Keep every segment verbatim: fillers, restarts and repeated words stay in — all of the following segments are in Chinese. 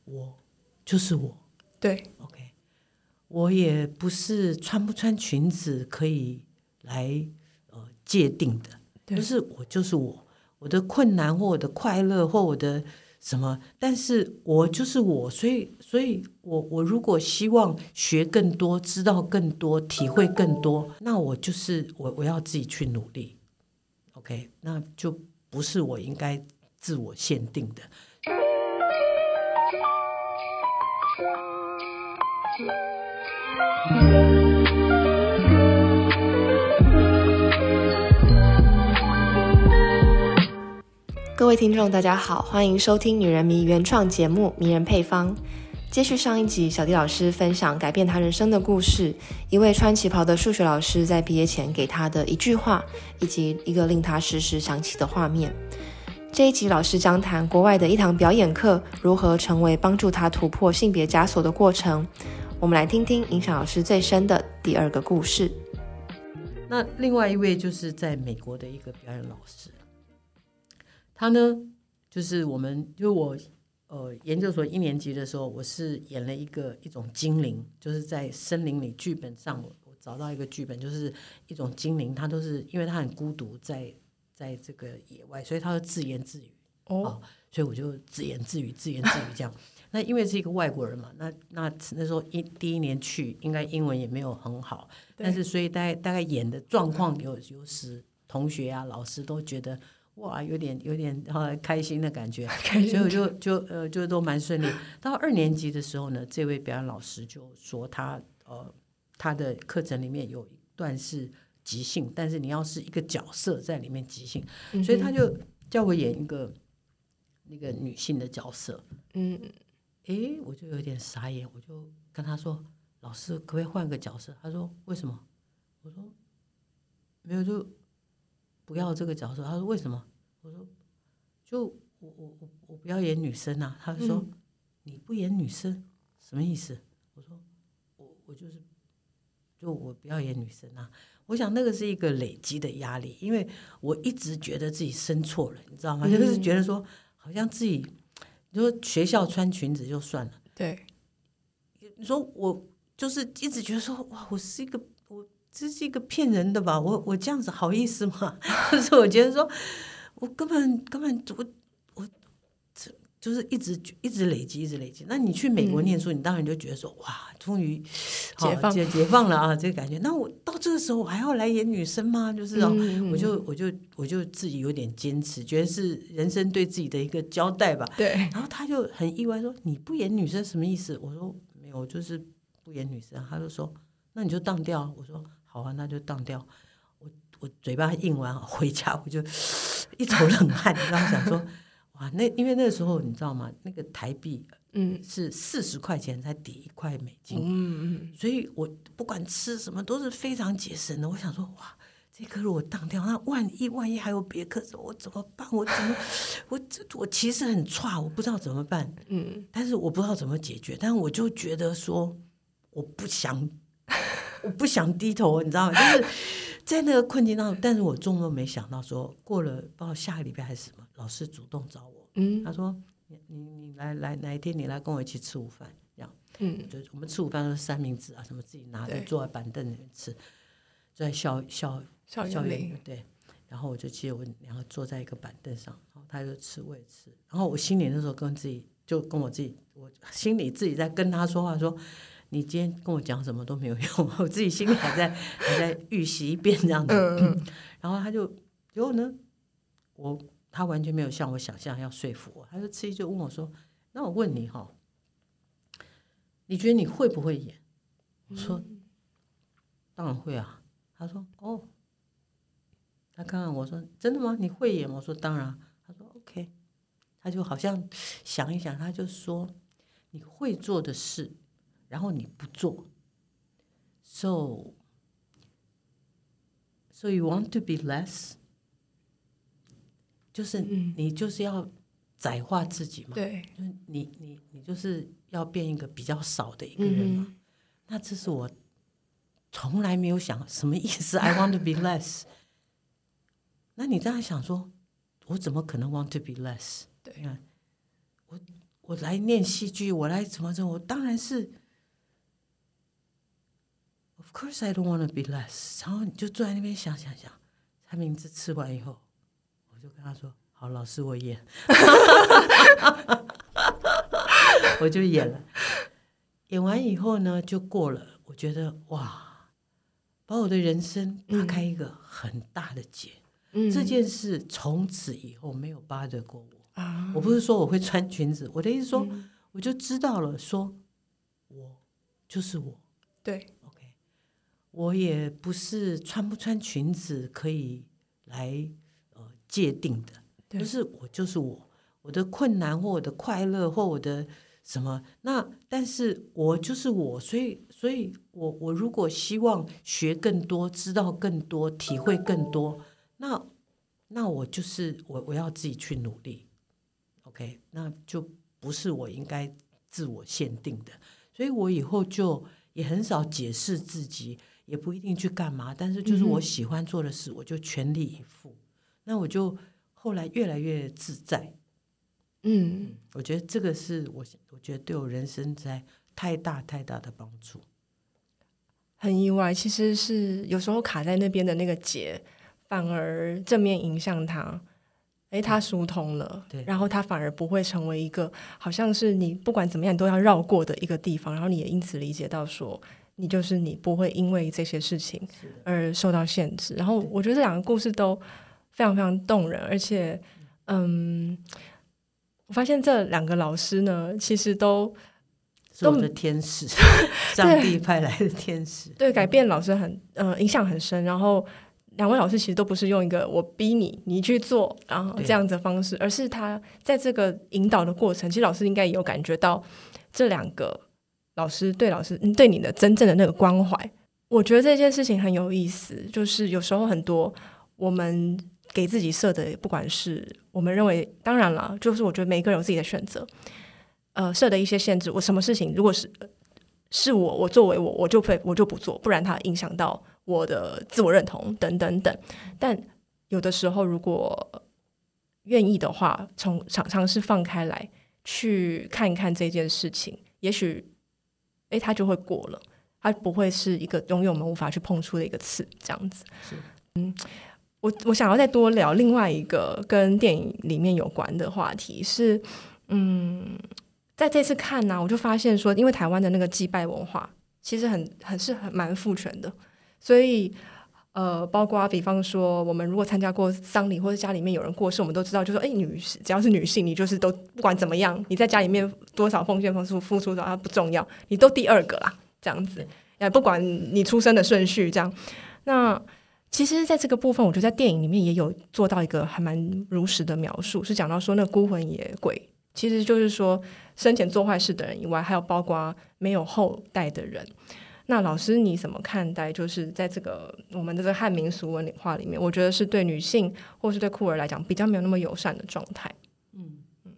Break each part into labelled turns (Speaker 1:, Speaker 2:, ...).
Speaker 1: 我就是我，
Speaker 2: 对
Speaker 1: OK， 我也不是穿不穿裙子可以来呃界定的，就是我就是我，我的困难或我的快乐或我的什么，但是我就是我，所以所以我我如果希望学更多，知道更多，体会更多，那我就是我我要自己去努力 ，OK， 那就不是我应该自我限定的。
Speaker 2: 各位听众大家好，欢迎收听女人迷原创节目《迷人配方》。接续上一集，小迪老师分享改变他人生的故事，一位穿旗袍的数学老师在毕业前给他的一句话，以及一个令他时时想起的画面。这一集老师将谈国外的一堂表演课如何成为帮助他突破性别枷锁的过程。我们来听听影响老师最深的第二个故事。
Speaker 1: 那另外一位就是在美国的一个表演老师，他呢就是我们就我呃研究所一年级的时候，我是演了一个一种精灵，就是在森林里剧本上我我找到一个剧本，就是一种精灵，他都是因为他很孤独在在这个野外，所以他会自言自语哦、啊，所以我就自言自语自言自语这样。那因为是一个外国人嘛，那那那时候一第一年去，应该英文也没有很好，但是所以大概大概演的状况有有使同学啊老师都觉得哇有点有点、呃、开心的感觉，所以我就就呃就都蛮顺利。到二年级的时候呢，这位表演老师就说他呃他的课程里面有一段是即兴，但是你要是一个角色在里面即兴，嗯、所以他就叫我演一个那个女性的角色，嗯。诶，我就有点傻眼，我就跟他说：“老师，可不可以换个角色？”他说：“为什么？”我说：“没有，就不要这个角色。”他说：“为什么？”我说：“就我我我我不要演女生啊。”他就说：“嗯、你不演女生什么意思？”我说：“我我就是就我不要演女生啊。”我想那个是一个累积的压力，因为我一直觉得自己生错了，你知道吗？嗯、就是觉得说好像自己。你说学校穿裙子就算了，
Speaker 2: 对，
Speaker 1: 你说我就是一直觉得说哇，我是一个我这是一个骗人的吧？我我这样子好意思吗？就是我觉得说，我根本根本我我就是一直一直累积，一直累积。那你去美国念书，嗯、你当然就觉得说哇，终于
Speaker 2: 解放
Speaker 1: 解解放了啊，这个感觉。那我到这个时候我还要来演女生吗？就是哦，嗯、我就我就我就自己有点坚持，觉得是人生对自己的一个交代吧。
Speaker 2: 对。
Speaker 1: 然后他就很意外说：“你不演女生什么意思？”我说：“没有，我就是不演女生。”他就说：“那你就当掉。”我说：“好啊，那就当掉。”我我嘴巴硬完回家我就一头冷汗，你知道，想说。哇，那因为那个时候你知道吗？那个台币嗯是四十块钱才抵一块美金，嗯嗯，所以我不管吃什么都是非常节省的。我想说，哇，这科如果当掉，那万一万一还有别科，我怎么办？我怎么我我其实很差，我不知道怎么办，嗯，但是我不知道怎么解决，但是我就觉得说，我不想，我不想低头，你知道吗？就是在那个困境当中，但是我做梦没想到说，过了不知道下个礼拜还是什么。老师主动找我，嗯，他说你你你来来哪一天你来跟我一起吃午饭，这样，嗯，就我们吃午饭都是三明治啊，什么自己拿着坐在板凳里面吃，在校校
Speaker 2: 校
Speaker 1: 校园对，然后我就记得我两个坐在一个板凳上，然后他就吃我也吃，然后我心里那时候跟自己就跟我自己，我心里自己在跟他说话说，你今天跟我讲什么都没有用，我自己心里还在还在预习一遍这样子，嗯、然后他就结果呢，我。他完全没有像我想象要说服我，他就吃一就问我说：“那我问你哈，你觉得你会不会演？”我说：“嗯、当然会啊。”他说：“哦。”他看看我说：“真的吗？你会演？”我说：“当然。”他说 ：“OK。”他就好像想一想，他就说：“你会做的事，然后你不做 ，so so you want to be less。”就是你就是要窄化自己嘛，
Speaker 2: 对，
Speaker 1: 就你你你就是要变一个比较少的一个人嘛。嗯、那这是我从来没有想什么意思 ，I want to be less 。那你这样想说，我怎么可能 want to be less？ 对，我我我来念戏剧，我来怎么怎么，我当然是 Of course I don't want to be less。 然后你就坐在那边想想想，三明治吃完以后，我就跟他说好，老师我演我就演了。演完以后呢就过了，我觉得哇，把我的人生打开一个很大的结、嗯、这件事从此以后没有巴得过我、啊、我不是说我会穿裙子，我的意思说、嗯、我就知道了，说我就是我，
Speaker 2: 对
Speaker 1: OK， 我也不是穿不穿裙子可以来、呃、界定的，就是我就是我，我的困难或我的快乐或我的什么，那但是我就是我，所以所以我我如果希望学更多，知道更多，体会更多，那那我就是我我要自己去努力 OK， 那就不是我应该自我限定的，所以我以后就也很少解释自己，也不一定去干嘛，但是就是我喜欢做的事、嗯、我就全力以赴，那我就后来越来越自在。嗯，我觉得这个是我我觉得对我人生在太大太大的帮助。
Speaker 2: 很意外，其实是有时候卡在那边的那个结反而正面影响他，哎，他疏通了，对，然后他反而不会成为一个好像是你不管怎么样都要绕过的一个地方，然后你也因此理解到说你就是你，不会因为这些事情而受到限制。然后我觉得这两个故事都非常非常动人，而且嗯我发现这两个老师呢其实都
Speaker 1: 是我的天使上帝派来的天使。
Speaker 2: 对, 对改变老师很、呃、影响很深，然后两位老师其实都不是用一个我逼你你去做然后这样子的方式，而是他在这个引导的过程，其实老师应该也有感觉到这两个老师对老师对你的真正的那个关怀。我觉得这件事情很有意思，就是有时候很多我们给自己设的，不管是我们认为，当然了，就是我觉得每个人有自己的选择，呃，设的一些限制，我什么事情如果是是我我作为我我就会我就不做，不然它影响到我的自我认同等等等。但有的时候如果愿意的话，从尝尝试放开来去看一看这件事情，也许哎它就会过了，它不会是一个永远我们无法去碰触的一个刺这样子。嗯，我我想要再多聊另外一个跟电影里面有关的话题是，嗯，在这次看呢、啊，我就发现说，因为台湾的那个祭拜文化其实很很是很蛮父权的，所以呃，包括比方说我们如果参加过丧礼或者家里面有人过世，我们都知道就说，哎，女只要是女性，你就是都不管怎么样，你在家里面多少奉献付出付出它不重要，你都第二个啦，这样子，也不管你出生的顺序这样。那其实在这个部分我觉得在电影里面也有做到一个还蛮如实的描述，是讲到说那个孤魂野鬼其实就是说生前做坏事的人以外，还有包括没有后代的人。那老师你怎么看待就是在这个我们的这个汉民俗文化里面，我觉得是对女性或是对酷儿来讲比较没有那么友善的状态。
Speaker 1: 嗯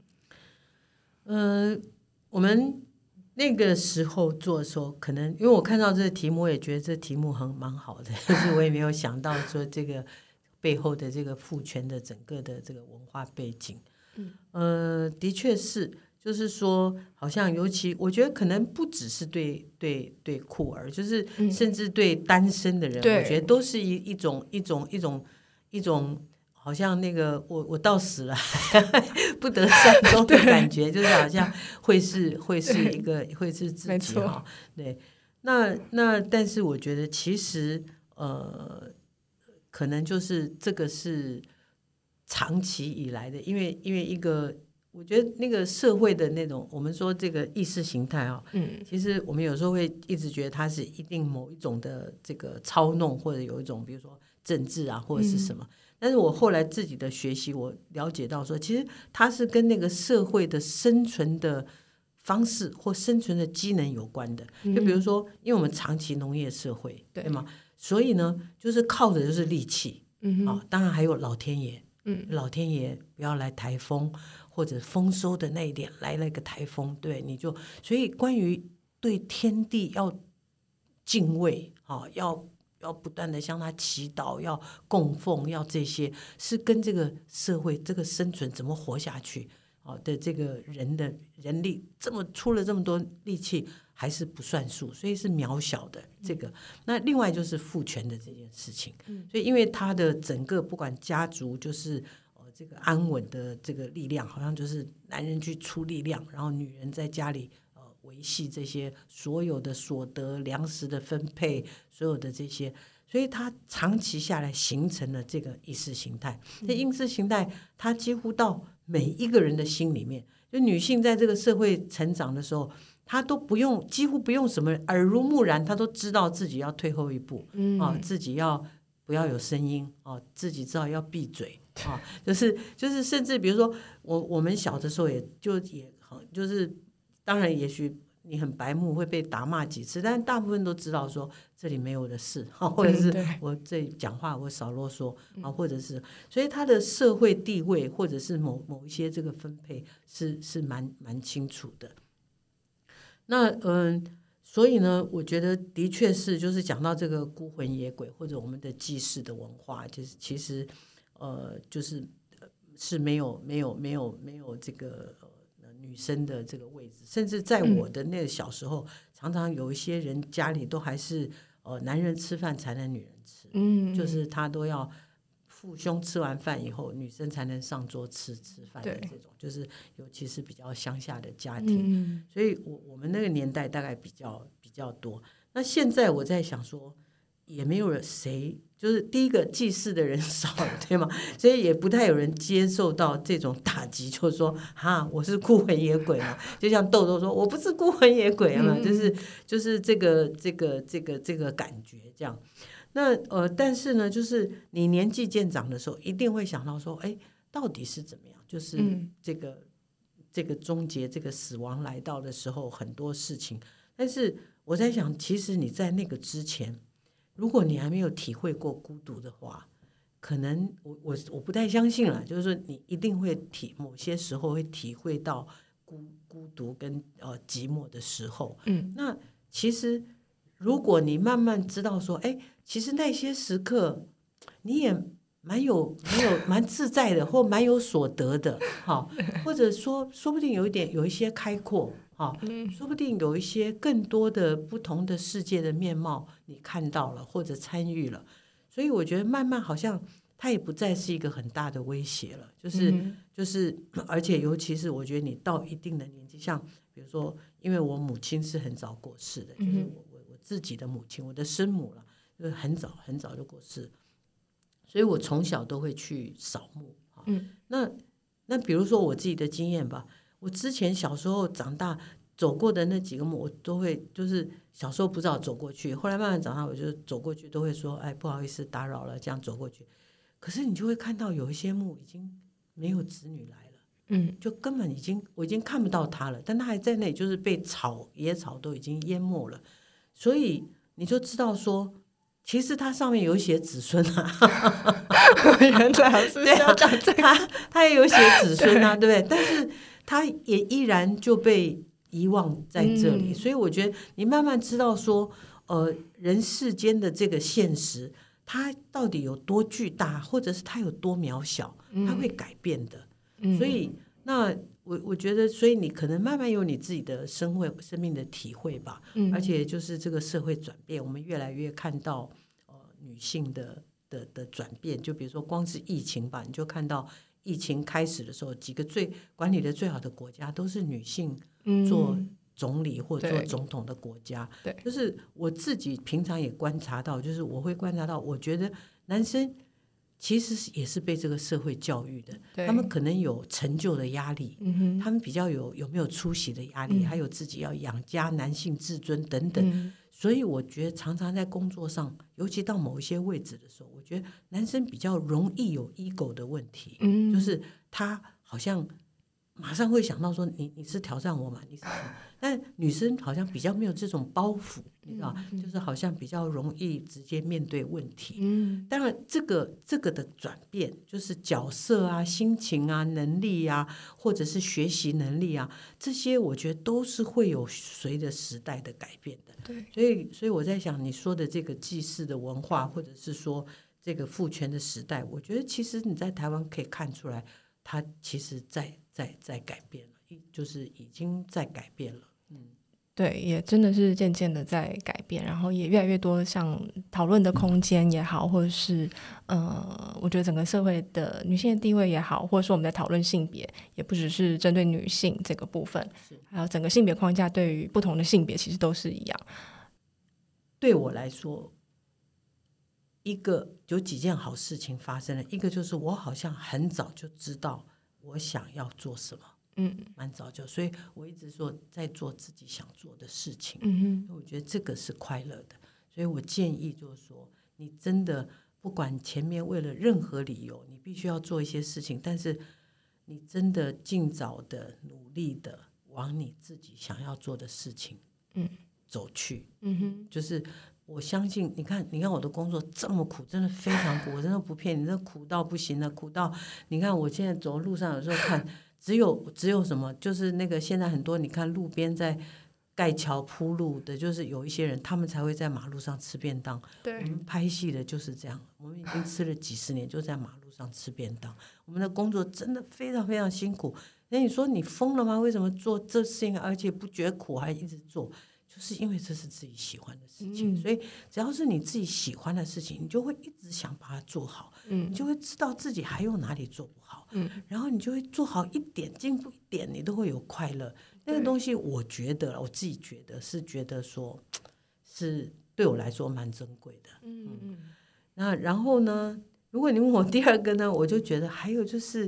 Speaker 1: 嗯，呃，我们那个时候做的时候，可能因为我看到这个题目，我也觉得这题目很蛮好的，就是我也没有想到说这个背后的这个父权的整个的这个文化背景。嗯，呃，的确是，就是说，好像尤其我觉得可能不只是对对对酷儿，就是甚至对单身的人，嗯、我觉得都是一一种一种一种一种。好像那个我我到死了不得善终的感觉，就是好像会是会是一个会是自己哈，对，那那但是我觉得其实呃，可能就是这个是长期以来的，因为因为一个我觉得那个社会的那种我们说这个意识形态啊，嗯，其实我们有时候会一直觉得它是一定某一种的这个操弄，或者有一种比如说政治啊或者是什么。嗯，但是我后来自己的学习，我了解到说，其实它是跟那个社会的生存的方式或生存的机能有关的。就比如说，因为我们长期农业社会，对，对吗？所以呢，就是靠的就是力气，嗯、啊，当然还有老天爷，嗯，老天爷不要来台风或者丰收的那一点来了一个台风，对，你就所以关于对天地要敬畏，啊，要。要不断的向他祈祷，要供奉，要这些是跟这个社会这个生存怎么活下去的这个人的人力这么出了这么多力气还是不算数，所以是渺小的这个。那另外就是父权的这件事情，所以因为他的整个不管家族就是呃这个安稳的这个力量，好像就是男人去出力量，然后女人在家里呃维系这些所有的所得、粮食的分配，所有的这些。所以它长期下来形成了这个意识形态，这意识形态它几乎到每一个人的心里面。就女性在这个社会成长的时候，她都不用，几乎不用什么耳濡目染，她都知道自己要退后一步，嗯啊、自己要不要有声音啊，自己知道要闭嘴啊，就是就是甚至比如说我我们小的时候也就也就是当然也许。你很白目会被打骂几次，但大部分都知道说这里没有我的事，或者是我这里讲话我少啰嗦啊，或者是所以他的社会地位或者是某某一些这个分配是是蛮蛮清楚的。那嗯，所以呢，我觉得的确是就是讲到这个孤魂野鬼或者我们的祭祀的文化，就是其实呃就是是没有没有没有没有这个。女生的这个位置，甚至在我的那个小时候，嗯、常常有一些人家里都还是呃男人吃饭才能女人吃，嗯，就是他都要父兄吃完饭以后，女生才能上桌吃吃饭的这种，就是尤其是比较乡下的家庭，嗯、所以我我们那个年代大概比较比较多。那现在我在想说，也没有人谁。就是第一个祭祀的人少了，对吗？所以也不太有人接受到这种打击，就是说哈，我是孤魂野鬼嘛。就像豆豆说，我不是孤魂野鬼嘛，就是就是这个这个这个这个感觉这样。那呃，但是呢，就是你年纪渐长的时候，一定会想到说，哎，到底是怎么样？就是这个、嗯、这个终结，这个死亡来到的时候，很多事情。但是我在想，其实你在那个之前。如果你还没有体会过孤独的话，可能我我我不太相信啦，就是说你一定会体某些时候会体会到孤孤独跟呃寂寞的时候。嗯，那其实如果你慢慢知道说，哎，其实那些时刻你也蛮有蛮有蛮自在的，或蛮有所得的，哈，或者说说不定有一点有一些开阔。哦、说不定有一些更多的不同的世界的面貌你看到了或者参与了，所以我觉得慢慢好像它也不再是一个很大的威胁了，就是、嗯、就是而且尤其是我觉得你到一定的年纪，像比如说因为我母亲是很早过世的，就是我我我自己的母亲，我的生母了，就是很早很早就过世，所以我从小都会去扫墓、嗯、那那比如说我自己的经验吧，我之前小时候长大走过的那几个墓，我都会就是小时候不知道走过去，后来慢慢长大，我就走过去都会说，哎，不好意思打扰了，这样走过去。可是你就会看到有一些墓已经没有子女来了，嗯，就根本已经我已经看不到他了，但他还在那里，就是被草野草都已经淹没了，所以你就知道说。其实它上面有写子孙啊，
Speaker 2: 原来是要讲这个，
Speaker 1: 他他也有写子孙啊， 对, 对不对？但是他也依然就被遗忘在这里，嗯、所以我觉得你慢慢知道说，呃，人世间的这个现实，它到底有多巨大，或者是它有多渺小，它会改变的。嗯、所以那。我我觉得，所以你可能慢慢有你自己的生会生命的体会吧，嗯、而且就是这个社会转变，我们越来越看到呃女性的的的转变。就比如说光是疫情吧，你就看到疫情开始的时候，几个最管理的最好的国家都是女性做总理或做总统的国家。对，就是我自己平常也观察到，就是我会观察到，我觉得男生。其实也是被这个社会教育的，他们可能有成就的压力，嗯、他们比较有有没有出息的压力，嗯、还有自己要养家、男性自尊等等。嗯、所以我觉得常常在工作上，尤其到某一些位置的时候，我觉得男生比较容易有 ego 的问题，嗯、就是他好像马上会想到说你你是挑战我嘛，你是什么？但女生好像比较没有这种包袱，你知道，嗯、就是好像比较容易直接面对问题。嗯、当然这个这个的转变，就是角色啊、心情啊、能力啊，或者是学习能力啊，这些我觉得都是会有随着时代的改变的。对，所以所以我在想，你说的这个祭祀的文化，或者是说这个父权的时代，我觉得其实你在台湾可以看出来。 它其实在在在改变了，就是已经在改变了。嗯，
Speaker 2: 对，也真的是渐渐的在改变，然后也越来越多像讨论的空间也好，或者是呃，我觉得整个社会的女性的地位也好，或者说我们在讨论性别，也不只是针对女性这个部分，还有整个性别框架对于不同的性别其实都是一样。
Speaker 1: 对我来说，一个有几件好事情发生了，一个就是我好像很早就知道我想要做什么，嗯，蛮早就，所以我一直说在做自己想做的事情，嗯哼，我觉得这个是快乐的，所以我建议就是说，你真的不管前面为了任何理由，你必须要做一些事情，但是你真的尽早的努力的往你自己想要做的事情，嗯，走去，嗯哼，就是我相信，你看，你看我的工作这么苦，真的非常苦，我真的不骗你，真的苦到不行了，苦到你看我现在走路上有时候看，只有只有什么，就是那个现在很多你看路边在盖桥铺路的，就是有一些人他们才会在马路上吃便当。对，我们拍戏的就是这样，我们已经吃了几十年，就在马路上吃便当。我们的工作真的非常非常辛苦。那你说你疯了吗？为什么做这事情而且不觉得苦还一直做？就是因为这是自己喜欢的事情，嗯，所以只要是你自己喜欢的事情，你就会一直想把它做好，嗯，你就会知道自己还有哪里做不好，嗯，然后你就会做好一点，进步一点，你都会有快乐。那个东西我觉得我自己觉得是觉得说是对我来说蛮珍贵的，嗯嗯。那然后呢，如果你问我第二个呢，我就觉得还有就是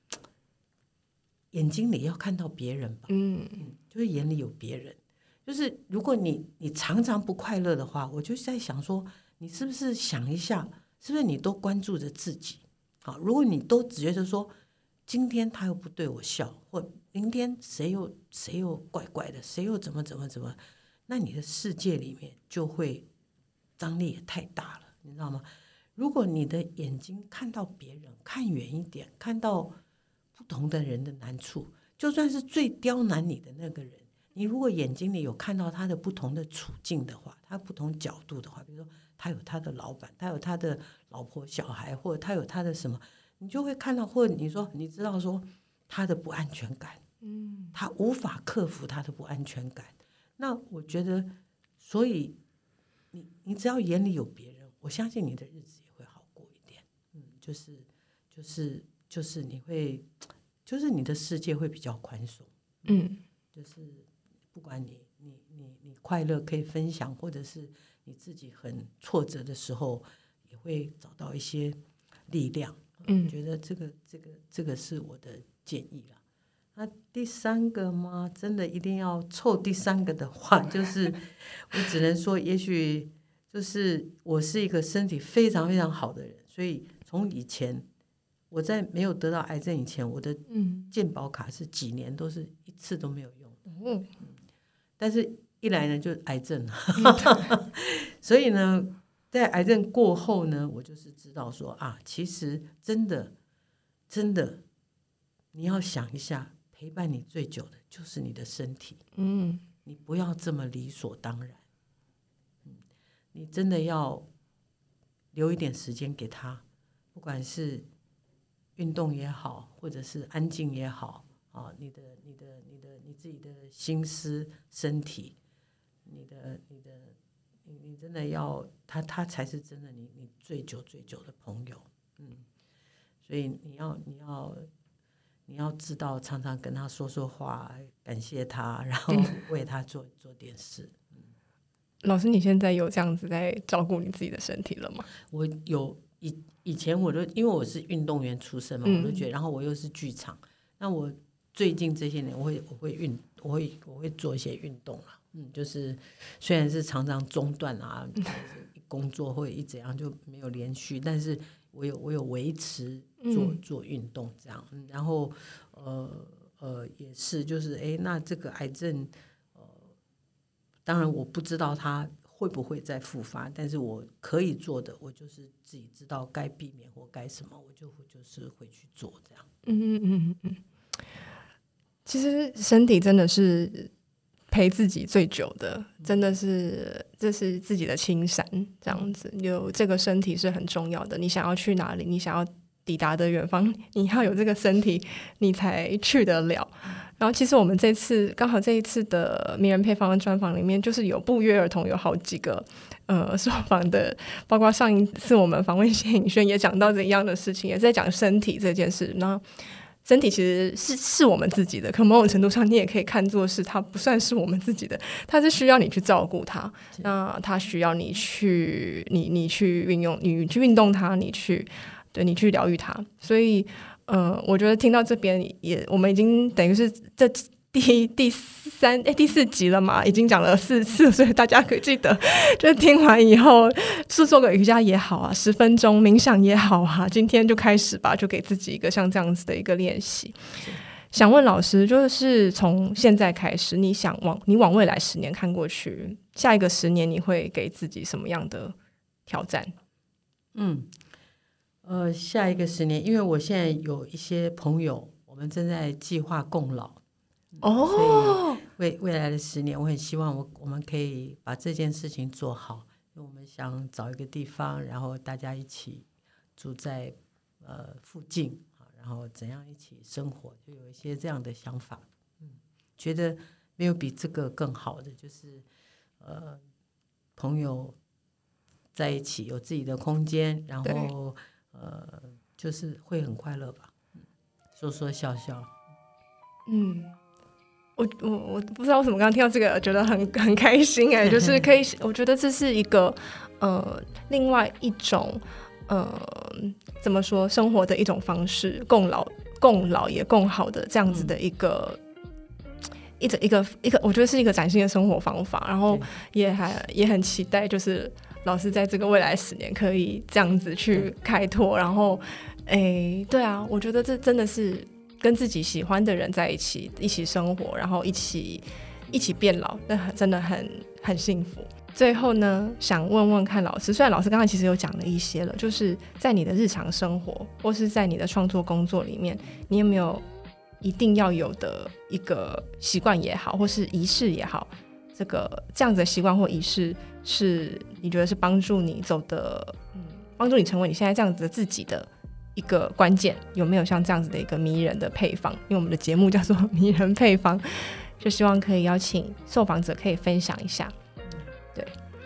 Speaker 1: 眼睛里要看到别人吧，嗯嗯，就是眼里有别人。就是如果你你常常不快乐的话，我就在想说，你是不是想一下，是不是你都关注着自己？好，如果你都只觉得说，今天他又不对我笑，或明天谁又谁又怪怪的，谁又怎么怎么怎么，那你的世界里面就会张力也太大了，你知道吗？如果你的眼睛看到别人，看远一点，看到不同的人的难处，就算是最刁难你的那个人，你如果眼睛里有看到他的不同的处境的话，他不同角度的话，比如说他有他的老板，他有他的老婆小孩，或者他有他的什么，你就会看到，或者你说你知道说他的不安全感，嗯，他无法克服他的不安全感。那我觉得，所以你你只要眼里有别人，我相信你的日子也会好过一点。嗯，就是就是就是你会，就是你的世界会比较宽松。嗯，就是不管你你你你快乐可以分享，或者是你自己很挫折的时候，也会找到一些力量。嗯，我觉得这个这个这个是我的建议啦。那第三个吗？真的一定要凑第三个的话，就是我只能说，也许就是我是一个身体非常非常好的人，所以从以前我在没有得到癌症以前，我的健保卡是几年都是一次都没有用。嗯，但是一来呢就癌症了，嗯、所以呢在癌症过后呢，我就是知道说啊，其实真的真的你要想一下，陪伴你最久的就是你的身体，嗯，你不要这么理所当然，嗯，你真的要留一点时间给他，不管是运动也好，或者是安静也好。啊，你的、你的、你的、你自己的心思、身体，你的、你的、你、你真的要他，他才是真的你、你最久、最久的朋友。嗯，所以你要、你要、你要知道，常常跟他说说话，感谢他，然后为他做做点事。嗯，
Speaker 2: 老师，你现在有这样子在照顾你自己的身体了吗？
Speaker 1: 我有，以以前我都因为我是运动员出身嘛，嗯、我都觉得，然后我又是剧场，那我。最近这些年我会我会运我会我会做一些运动啊，嗯，就是虽然是常常中断啊，工作会一怎样就没有连续，但是我有我有维持做、嗯、做运动这样，嗯、然后呃呃也是就是哎，那这个癌症呃，当然我不知道它会不会再复发，但是我可以做的，我就是自己知道该避免或该什么，我就就是会去做这样。
Speaker 2: 嗯嗯嗯嗯。其实身体真的是陪自己最久的，真的是这是自己的青山这样子，有这个身体是很重要的，你想要去哪里，你想要
Speaker 3: 抵达的远方，你要有这个身体你才去得了。然后其实我们这次刚好这一次的名人配方的专访里面，就是有不约而同有好几个呃受访的，包括上一次我们访问谢颖轩也讲到这一样的事情，也在讲身体这件事。那身体其实是是我们自己的，可某种程度上你也可以看作是它不算是我们自己的，它是需要你去照顾它，那它需要你去你你去运用，你去运动它，你去对你去疗愈它。所以呃，我觉得听到这边也，我们已经等于是这第第三哎第四集了嘛，已经讲了四次，所以大家可以记得，就听完以后，是做个瑜伽也好啊，十分钟冥想也好啊，今天就开始吧，就给自己一个像这样子的一个练习。想问老师，就是从现在开始，你想往你往未来十年看过去，下一个十年你会给自己什么样的挑战？
Speaker 1: 嗯。呃，下一个十年，因为我现在有一些朋友，我们正在计划共老哦，所以未未来的十年，我很希望我我们可以把这件事情做好。因为我们想找一个地方，然后大家一起住在呃附近，然后怎样一起生活，就有一些这样的想法。嗯，觉得没有比这个更好的，就是呃朋友在一起有自己的空间，然后。呃，就是会很快乐吧，说说笑笑。
Speaker 3: 嗯，我我我不知道为什么刚刚听到这个觉得很很开心哎、欸，就是可以，我觉得这是一个呃另外一种呃怎么说生活的一种方式，共老共老也共好的这样子的一个。嗯一个一个一个，我觉得是一个崭新的生活方法，然后也还也很期待，就是老师在这个未来十年可以这样子去开拓，然后，哎，对啊，我觉得这真的是跟自己喜欢的人在一起，一起生活，然后一起一起变老，那真的很很幸福。最后呢，想问问看老师，虽然老师刚才其实有讲了一些了，就是在你的日常生活或是在你的创作工作里面，你有没有一定要有的一个习惯也好，或是仪式也好，这个这样子的习惯或仪式是你觉得是帮助你走的，嗯，帮助你成为你现在这样子的自己的一个关键？有没有像这样子的一个迷人的配方？因为我们的节目叫做迷人配方，就希望可以邀请受访者可以分享一下。对，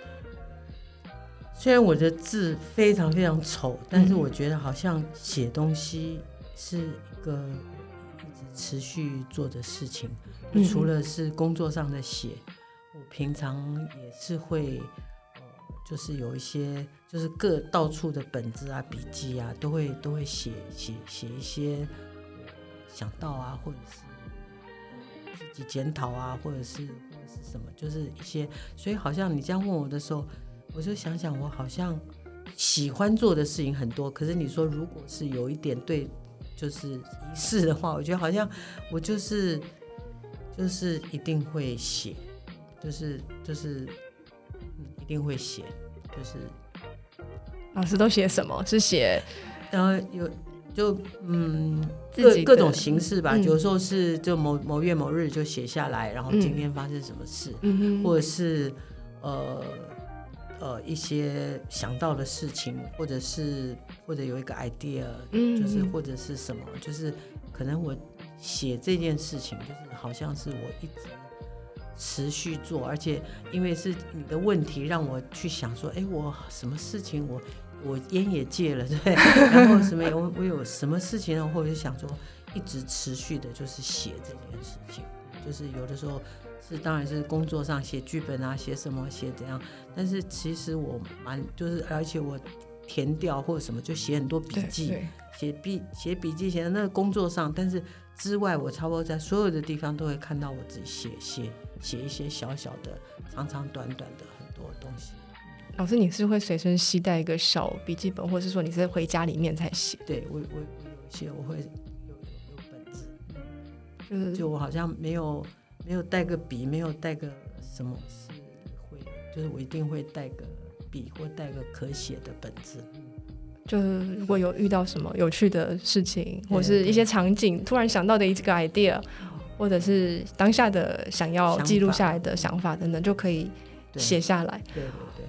Speaker 1: 虽然我的字非常非常丑，但是我觉得好像写东西是一个持续做的事情，就除了是工作上的写，我平常也是会、呃、就是有一些就是各到处的本子啊笔记啊都会都会写写写一些想到啊，或者是自己检讨啊，或者是或者是什么，就是一些，所以好像你这样问我的时候，我就想想我好像喜欢做的事情很多，可是你说如果是有一点对就是仪式的话，我觉得好像我就是就是一定会写，就是就是、嗯、一定会写，就是
Speaker 3: 老师都写什么？是写
Speaker 1: 然后有就嗯各各种形式吧、嗯、有时候是就某某月某日就写下来，然后今天发生什么事、嗯、或者是呃呃一些想到的事情，或者是或者有一个 idea、嗯、就是或者是什么，就是可能我写这件事情就是好像是我一直持续做，而且因为是你的问题让我去想说，哎，我什么事情我我烟也戒了，对，然后什么我我有什么事情呢，或者是想说一直持续的就是写这件事情，就是有的时候是当然是工作上写剧本啊，写什么写怎样，但是其实我蛮就是而且我填掉或者什么就写很多笔记，写笔写笔记写在那个工作上，但是之外我差不多在所有的地方都会看到我自己写写写一些小小的长长短短的很多东西。
Speaker 3: 老师，你是会随身携带一个小笔记本，或是说你是回家里面才写？
Speaker 1: 对，我我我有一些我会有有有本子，就是就我好像没有没有带个笔，没有带个什么是会，就是我一定会带个笔或带个可写的本子。
Speaker 3: 就是如果有遇到什么有趣的事情，或是一些场景突然想到的一个 idea， 或者是当下的想要记录下来的想法等等，就可以写下来。
Speaker 1: 对对对。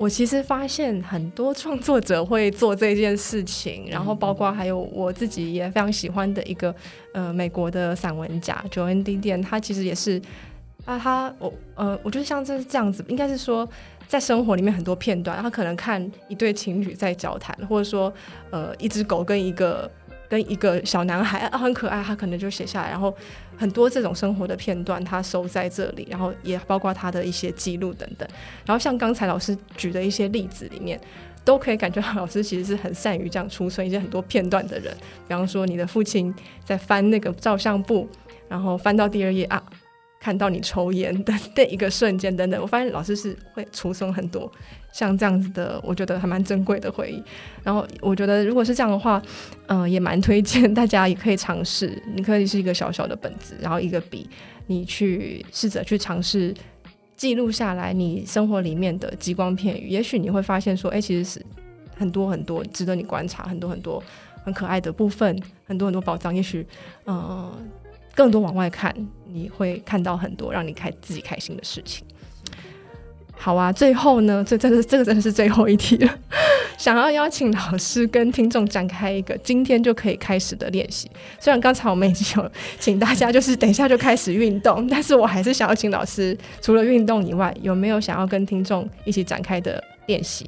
Speaker 3: 我其实发现很多创作者会做这件事情，然后包括还有我自己也非常喜欢的一个呃美国的散文家 Joan Didion， 他其实也是啊，他我呃我觉得像这这样子，应该是说在生活里面很多片段，他可能看一对情侣在交谈，或者说呃一只狗跟一个跟一个小男孩、啊、很可爱，他可能就写下来，然后很多这种生活的片段他收在这里，然后也包括他的一些记录等等。然后像刚才老师举的一些例子里面，都可以感觉到老师其实是很善于这样储存一些很多片段的人。比方说你的父亲在翻那个照相簿，然后翻到第二页啊，看到你抽烟的那一个瞬间等等，我发现老师是会储存很多像这样子的，我觉得还蛮珍贵的回忆。然后我觉得如果是这样的话，嗯、呃，也蛮推荐大家也可以尝试，你可以是一个小小的本子，然后一个笔，你去试着去尝试记录下来你生活里面的极光片语，也许你会发现说，哎，其实是很多很多值得你观察，很多很多很可爱的部分，很多很多宝藏，也许呃更多往外看，你会看到很多让你开自己开心的事情。好啊，最后呢，这真的这个真的是最后一题了，想要邀请老师跟听众展开一个今天就可以开始的练习。虽然刚才我们已经有请大家就是等一下就开始运动，但是我还是想要请老师除了运动以外，有没有想要跟听众一起展开的练习？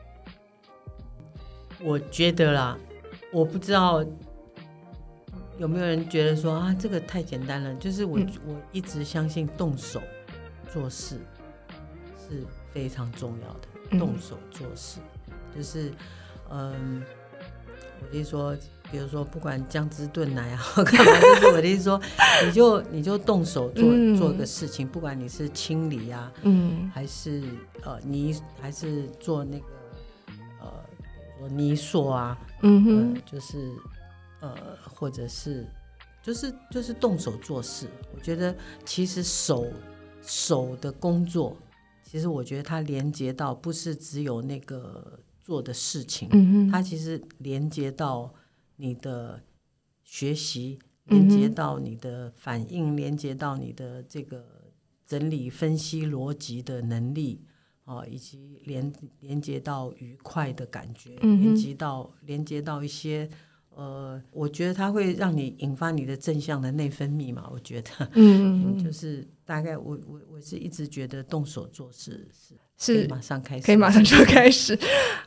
Speaker 1: 我觉得啦，我不知道有没有人觉得说啊，这个太简单了。就是我、嗯、我一直相信动手做事是非常重要的，嗯、动手做事就是嗯，我的意思说，比如说不管姜汁炖奶啊干嘛，就是我的意思说，你就你就动手做、嗯、做个事情，不管你是清理啊，嗯，还是呃泥，还是做那个呃，比如说泥塑啊，嗯哼，呃、就是呃，或者是就是就是动手做事。我觉得其实手手的工作，其实我觉得它连接到不是只有那个做的事情，嗯、它其实连接到你的学习，连接到你的反应，连接到你的这个整理分析逻辑的能力、哦、以及 连, 连接到愉快的感觉，嗯、连接到连接到一些呃，我觉得它会让你引发你的正向的内分泌嘛。我觉得，嗯，就是大概我我我是一直觉得动手做事是是可以马上开始，
Speaker 3: 可以马上就开始。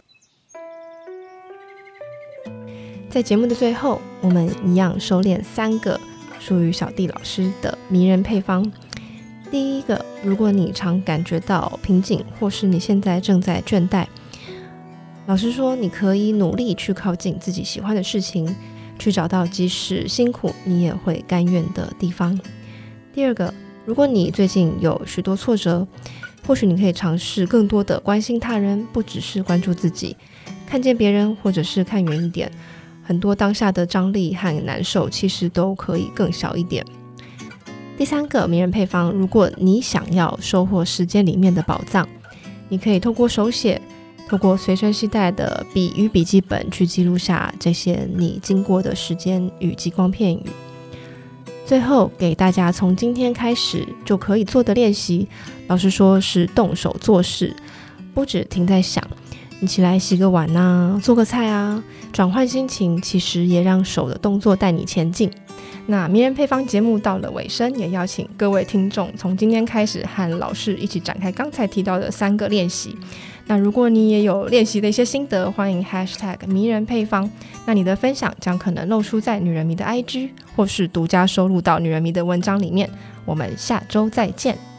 Speaker 3: 在节目的最后，我们一样收敛三个属于小弟老师的迷人配方。第一个，如果你常感觉到瓶颈，或是你现在正在倦怠，老师说你可以努力去靠近自己喜欢的事情，去找到即使辛苦你也会甘愿的地方。第二个，如果你最近有许多挫折，或许你可以尝试更多的关心他人，不只是关注自己，看见别人，或者是看远一点，很多当下的张力和难受其实都可以更小一点。第三个迷人配方，如果你想要收获时间里面的宝藏，你可以透过手写，透过随身携带的笔与笔记本去记录下这些你经过的时间与极光片语。最后给大家从今天开始就可以做的练习，老师说是动手做事，不只停在想，你起来洗个碗啊，做个菜啊，转换心情，其实也让手的动作带你前进。那迷人配方节目到了尾声，也邀请各位听众从今天开始和老师一起展开刚才提到的三个练习。那如果你也有练习的一些心得，欢迎 hashtag 迷人配方，那你的分享将可能露出在女人迷的 I G， 或是独家收录到女人迷的文章里面。我们下周再见。